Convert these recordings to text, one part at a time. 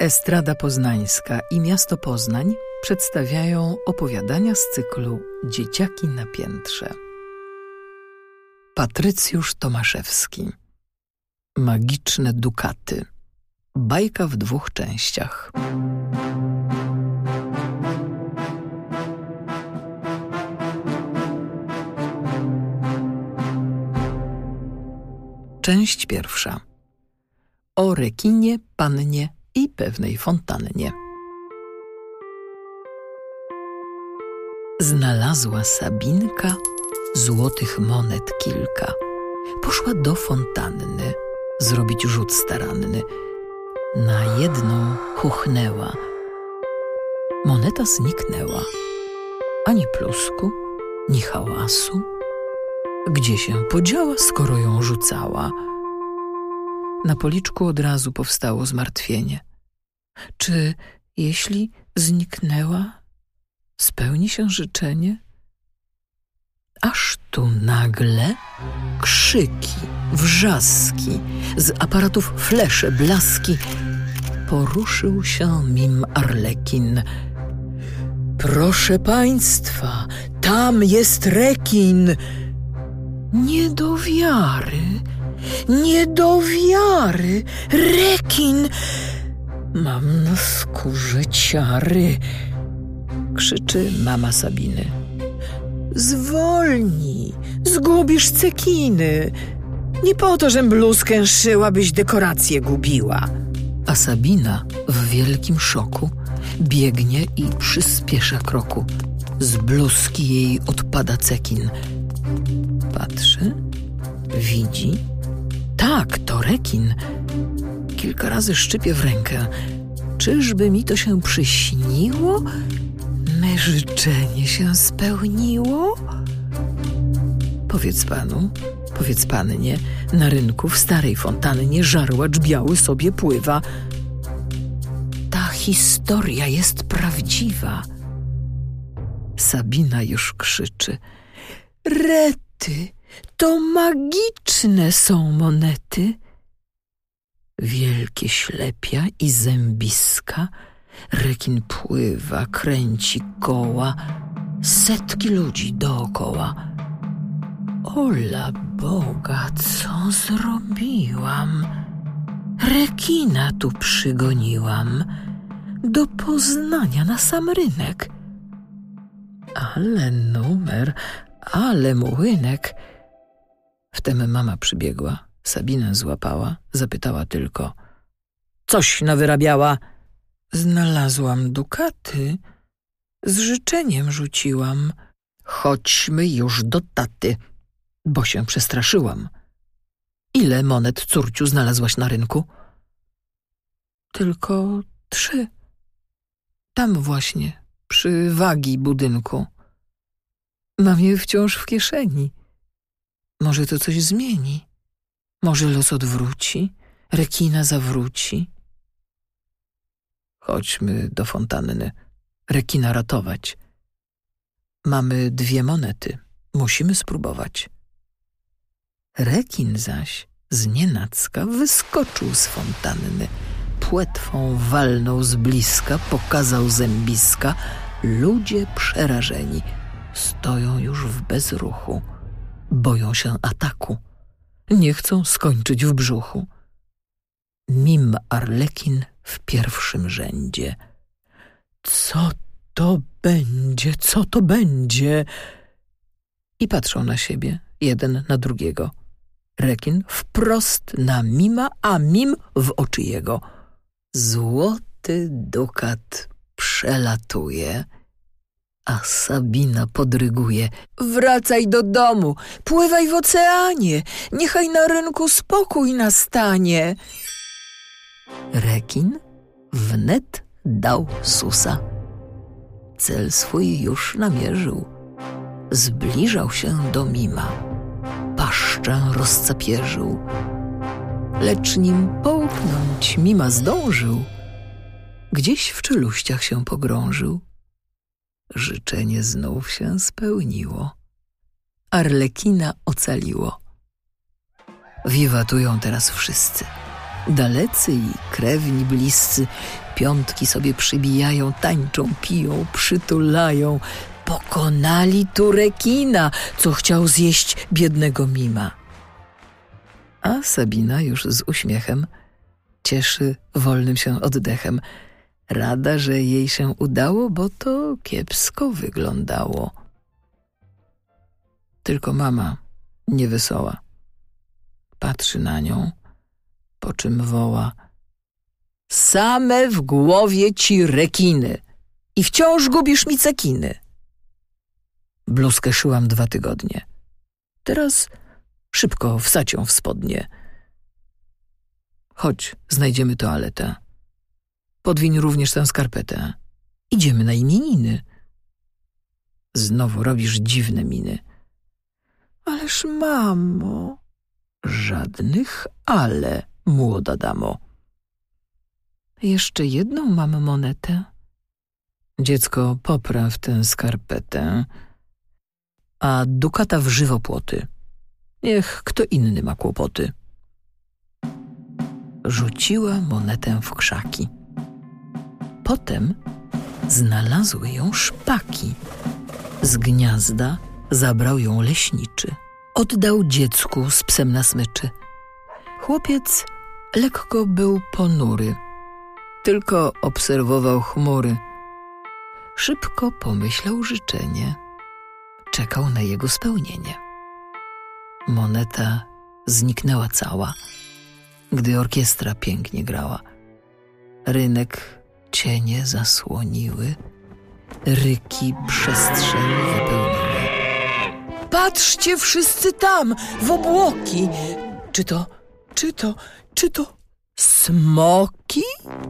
Estrada Poznańska i Miasto Poznań przedstawiają opowiadania z cyklu Dzieciaki na piętrze. Patrycjusz Tomaszewski. Magiczne dukaty. Bajka w 2 częściach. Część pierwsza. O rekinie, pannie i pewnej fontannie. Znalazła Sabinka złotych monet kilka. Poszła do fontanny zrobić rzut staranny. Na jedną chuchnęła. Moneta zniknęła. Ani plusku, ni hałasu. Gdzie się podziała, skoro ją rzucała? Na policzku od razu powstało zmartwienie. Czy jeśli zniknęła, spełni się życzenie? Aż tu nagle krzyki, wrzaski, z aparatów flesze, blaski. Poruszył się mim Arlekin. Proszę państwa, tam jest rekin! Nie do wiary, nie do wiary, rekin! Mam na skórze ciary, krzyczy mama Sabiny. Zwolnij, zgubisz cekiny. Nie po to, żem bluzkę szyła, byś dekoracje gubiła. A Sabina w wielkim szoku biegnie i przyspiesza kroku. Z bluzki jej odpada cekin. Patrzy, widzi. Tak, to rekin. Kilka razy szczypie w rękę. Czyżby mi to się przyśniło? Me życzenie się spełniło? Powiedz panu, powiedz pannie, na rynku w starej fontannie żarłacz biały sobie pływa. Ta historia jest prawdziwa. Sabina już krzyczy. Rety, to magiczne są monety. Wielkie ślepia i zębiska. Rekin pływa, kręci koła. Setki ludzi dookoła. Ola Boga, co zrobiłam? Rekina tu przygoniłam. Do Poznania na sam rynek. Ale numer, ale młynek. Wtem mama przybiegła, Sabinę złapała, zapytała tylko. Coś nawyrabiała. Znalazłam dukaty, z życzeniem rzuciłam. Chodźmy już do taty, bo się przestraszyłam. Ile monet, córciu, znalazłaś na rynku? Tylko 3. Tam właśnie, przy wagi budynku. Mam je wciąż w kieszeni. Może to coś zmieni? Może los odwróci? Rekina zawróci? Chodźmy do fontanny. Rekina ratować. Mamy 2 monety. Musimy spróbować. Rekin zaś znienacka wyskoczył z fontanny. Płetwą walnął z bliska, pokazał zębiska. Ludzie przerażeni stoją już w bezruchu. Boją się ataku. Nie chcą skończyć w brzuchu. Mim Arlekin w pierwszym rzędzie. Co to będzie? Co to będzie? I patrzą na siebie, jeden na drugiego. Rekin wprost na Mima, a Mim w oczy jego. Złoty dukat przelatuje, a Sabina podryguje. Wracaj do domu, pływaj w oceanie, niechaj na rynku spokój nastanie. Rekin wnet dał susa. Cel swój już namierzył. Zbliżał się do Mima. Paszczę rozcapierzył. Lecz nim połknąć Mima zdążył, gdzieś w czeluściach się pogrążył. Życzenie znów się spełniło. Arlekina ocaliło. Wiwatują teraz wszyscy. Dalecy i krewni bliscy piątki sobie przybijają, tańczą, piją, przytulają. Pokonali tu rekina, co chciał zjeść biednego Mima. A Sabina już z uśmiechem cieszy wolnym się oddechem. Rada, że jej się udało, bo to kiepsko wyglądało. Tylko mama niewesoła patrzy na nią, po czym woła: same w głowie ci rekiny i wciąż gubisz mi cekiny. Bluzkę szyłam 2 tygodnie. Teraz szybko wsadź ją w spodnie. Chodź, znajdziemy toaletę. Podwiń również tę skarpetę. Idziemy na imieniny. Znowu robisz dziwne miny. Ależ mamo, żadnych ale, młoda damo. Jeszcze jedną mam monetę. Dziecko, popraw tę skarpetę, a dukata w żywopłoty. Niech kto inny ma kłopoty. Rzuciła monetę w krzaki. Potem znalazły ją szpaki. Z gniazda zabrał ją leśniczy. Oddał dziecku z psem na smyczy. Chłopiec lekko był ponury. Tylko obserwował chmury. Szybko pomyślał życzenie. Czekał na jego spełnienie. Moneta zniknęła cała, gdy orkiestra pięknie grała. Rynek cienie zasłoniły, ryki przestrzeń wypełniły. Patrzcie wszyscy tam, w obłoki! Czy to smoki?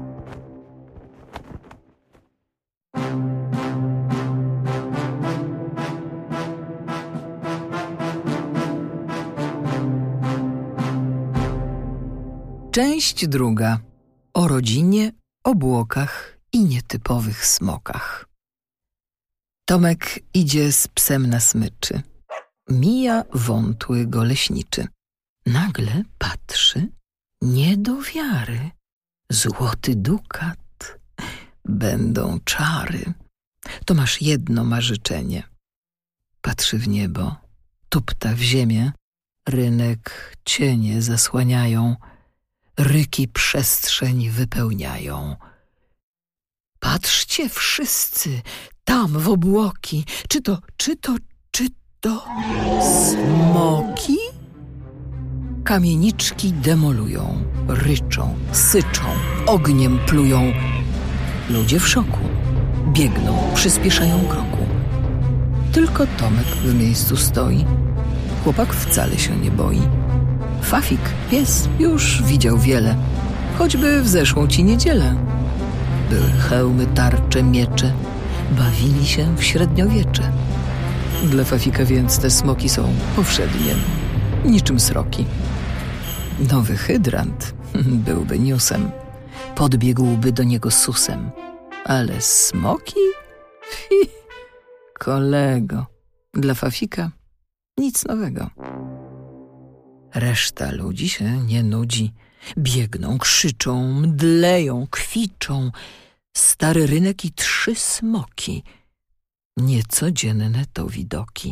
Część druga. O rodzinie, obłokach i nietypowych smokach. Tomek idzie z psem na smyczy. Mija wątły go leśniczy. Nagle patrzy, nie do wiary. Złoty dukat, będą czary. Tomasz jedno ma życzenie. Patrzy w niebo, tupta w ziemię. Rynek cienie zasłaniają, ryki przestrzeń wypełniają. Patrzcie wszyscy, tam w obłoki. Czy to smoki? Kamieniczki demolują, ryczą, syczą, ogniem plują. Ludzie w szoku, biegną, przyspieszają kroku. Tylko Tomek w miejscu stoi. Chłopak wcale się nie boi. Fafik, pies, już widział wiele, choćby w zeszłą ci niedzielę. Były hełmy, tarcze, miecze, bawili się w średniowiecze. Dla Fafika więc te smoki są powszedniem, niczym sroki. Nowy hydrant byłby newsem, podbiegłby do niego susem. Ale smoki? Fi, kolego, dla Fafika nic nowego. Reszta ludzi się nie nudzi. Biegną, krzyczą, mdleją, kwiczą. Stary rynek i 3 smoki. Niecodzienne to widoki.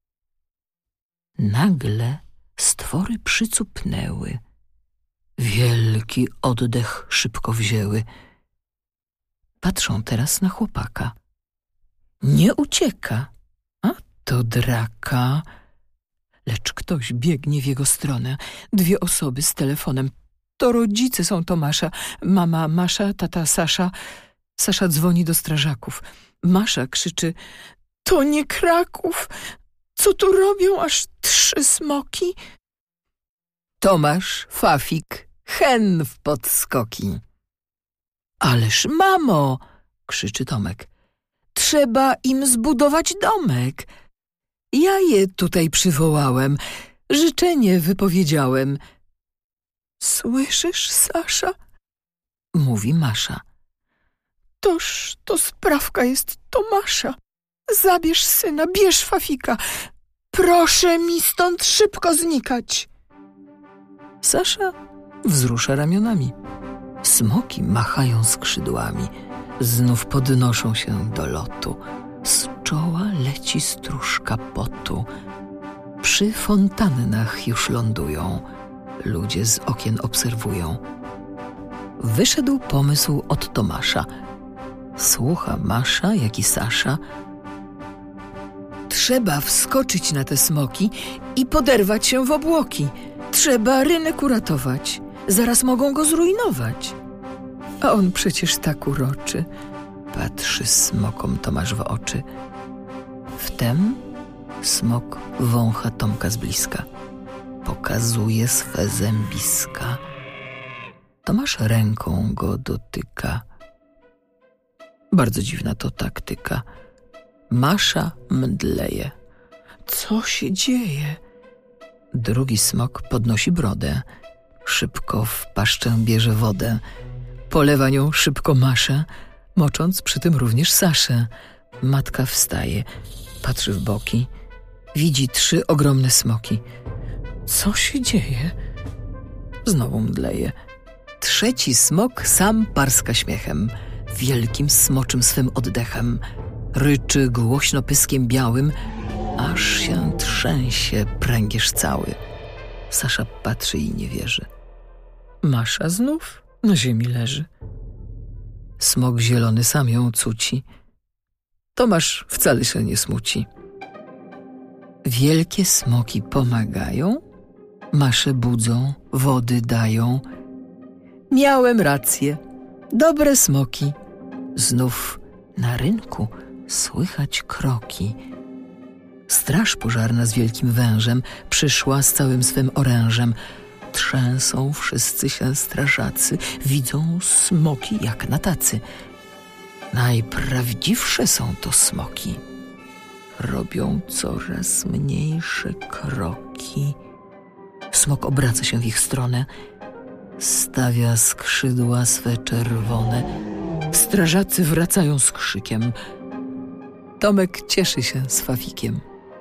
Nagle stwory przycupnęły. Wielki oddech szybko wzięły. Patrzą teraz na chłopaka. Nie ucieka, a to draka. Lecz ktoś biegnie w jego stronę. 2 osoby z telefonem. To rodzice są Tomasza. Mama Masza, tata Sasza. Sasza dzwoni do strażaków. Masza krzyczy: to nie Kraków. Co tu robią aż 3 smoki? Tomasz, Fafik, hen w podskoki. Ależ mamo, krzyczy Tomek, trzeba im zbudować domek. Ja je tutaj przywołałem, życzenie wypowiedziałem. Słyszysz, Sasza? Mówi Masza. Toż to sprawka jest Tomasza. Zabierz syna, bierz Fafika. Proszę mi stąd szybko znikać. Sasza wzrusza ramionami. Smoki machają skrzydłami, znów podnoszą się do lotu. Z czoła leci stróżka potu. Przy fontannach już lądują, ludzie z okien obserwują. Wyszedł pomysł od Tomasza. Słucha Masza, jak i Sasza. Trzeba wskoczyć na te smoki i poderwać się w obłoki. Trzeba rynek uratować. Zaraz mogą go zrujnować. A on przecież tak uroczy. Patrzy smokom Tomasz w oczy. Wtem smok wącha Tomka z bliska. Pokazuje swe zębiska. Tomasz ręką go dotyka. Bardzo dziwna to taktyka. Masza mdleje. Co się dzieje? Drugi smok podnosi brodę. Szybko w paszczę bierze wodę. Polewa nią szybko Maszę, mocząc przy tym również Saszę. Matka wstaje, patrzy w boki. Widzi 3 ogromne smoki. Co się dzieje? Znowu mdleje. Trzeci smok sam parska śmiechem, wielkim smoczym swym oddechem. Ryczy głośno pyskiem białym, aż się trzęsie pręgierz cały. Sasza patrzy i nie wierzy. Masza znów na ziemi leży. Smok zielony sam ją cuci. Tomasz wcale się nie smuci. Wielkie smoki pomagają, Masze budzą, wody dają. Miałem rację, dobre smoki. Znów na rynku słychać kroki. Straż pożarna z wielkim wężem przyszła z całym swym orężem. Trzęsą wszyscy się strażacy, widzą smoki jak na tacy. Najprawdziwsze są to smoki. Robią coraz mniejsze kroki. Smok obraca się w ich stronę, stawia skrzydła swe czerwone. Strażacy wracają z krzykiem. Tomek cieszy się z Fafikiem.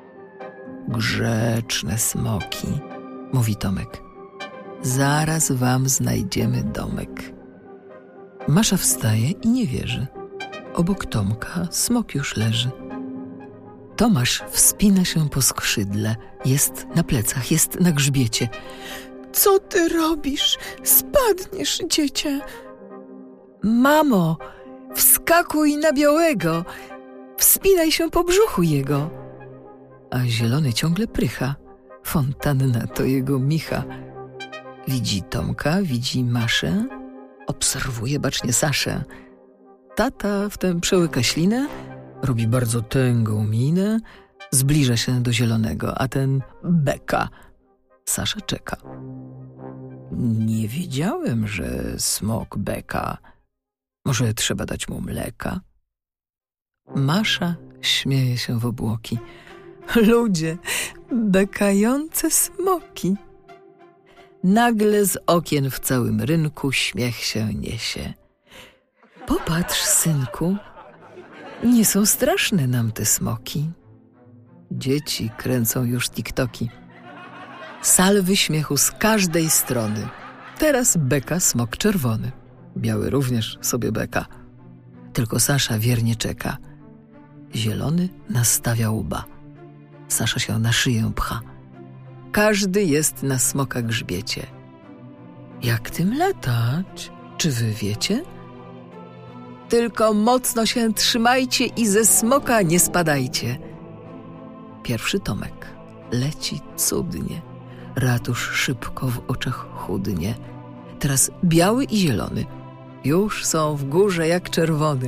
Grzeczne smoki, mówi Tomek. Zaraz wam znajdziemy domek. Masza wstaje i nie wierzy. Obok Tomka smok już leży. Tomasz wspina się po skrzydle. Jest na plecach, jest na grzbiecie. Co ty robisz? Spadniesz, dziecię. Mamo, wskakuj na białego. Wspinaj się po brzuchu jego. A zielony ciągle prycha. Fontanna to jego Micha. Widzi Tomka, widzi Maszę. Obserwuje bacznie Saszę. Tata wtem przełyka ślinę, robi bardzo tęgą minę, zbliża się do zielonego, a ten beka. Sasza czeka. Nie wiedziałem, że smok beka. Może trzeba dać mu mleka? Masza śmieje się w obłoki. Ludzie, bekające smoki. Nagle z okien w całym rynku śmiech się niesie. Popatrz, synku, nie są straszne nam te smoki. Dzieci kręcą już TikToki. Salwy śmiechu z każdej strony. Teraz beka smok czerwony. Biały również sobie beka. Tylko Sasza wiernie czeka. Zielony nastawia łba. Sasza się na szyję pcha. Każdy jest na smoka grzbiecie. Jak tym latać? Czy wy wiecie? Tylko mocno się trzymajcie i ze smoka nie spadajcie. Pierwszy Tomek leci cudnie. Ratusz szybko w oczach chudnie. Teraz biały i zielony już są w górze jak czerwony.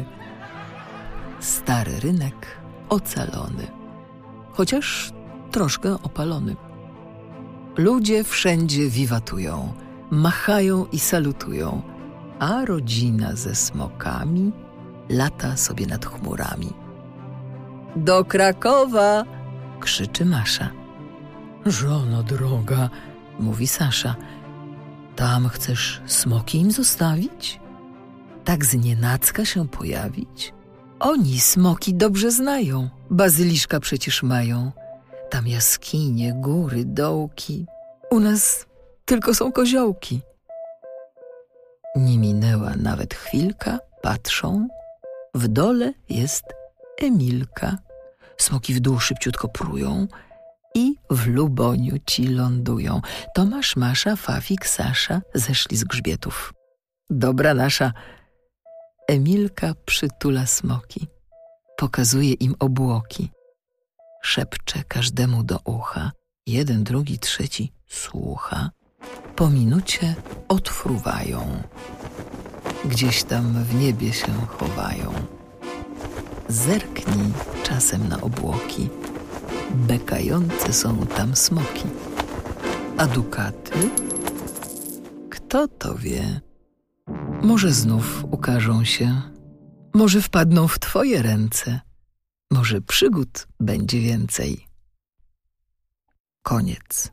Stary rynek ocalony, chociaż troszkę opalony. Ludzie wszędzie wiwatują, machają i salutują, a rodzina ze smokami lata sobie nad chmurami. Do Krakowa! Krzyczy Masza. Żono droga, mówi Sasza. Tam chcesz smoki im zostawić? Tak znienacka się pojawić? Oni smoki dobrze znają, bazyliszka przecież mają. Tam jaskinie, góry, dołki. U nas tylko są koziołki. Nie minęła nawet chwilka, patrzą, w dole jest Emilka. Smoki w dół szybciutko prują i w Luboniu ci lądują. Tomasz, Masza, Fafik, Sasza zeszli z grzbietów. Dobra nasza. Emilka przytula smoki, pokazuje im obłoki. Szepcze każdemu do ucha, jeden, drugi, trzeci słucha. Po minucie odfruwają, gdzieś tam w niebie się chowają. Zerknij czasem na obłoki, bekające są tam smoki. A dukaty? Kto to wie? Może znów ukażą się, może wpadną w twoje ręce, może przygód będzie więcej. Koniec.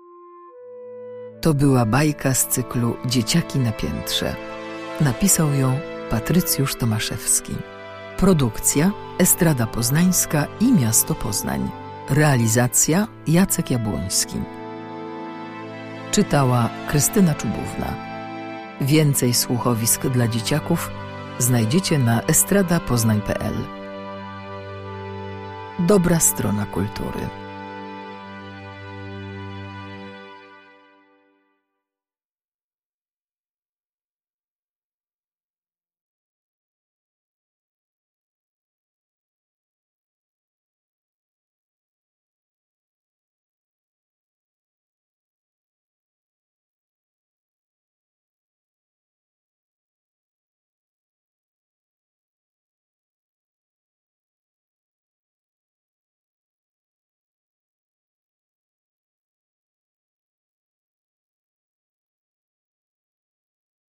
To była bajka z cyklu Dzieciaki na piętrze. Napisał ją Patrycjusz Tomaszewski. Produkcja Estrada Poznańska i Miasto Poznań. Realizacja Jacek Jabłoński. Czytała Krystyna Czubówna. Więcej słuchowisk dla dzieciaków znajdziecie na estradapoznań.pl. Dobra strona kultury.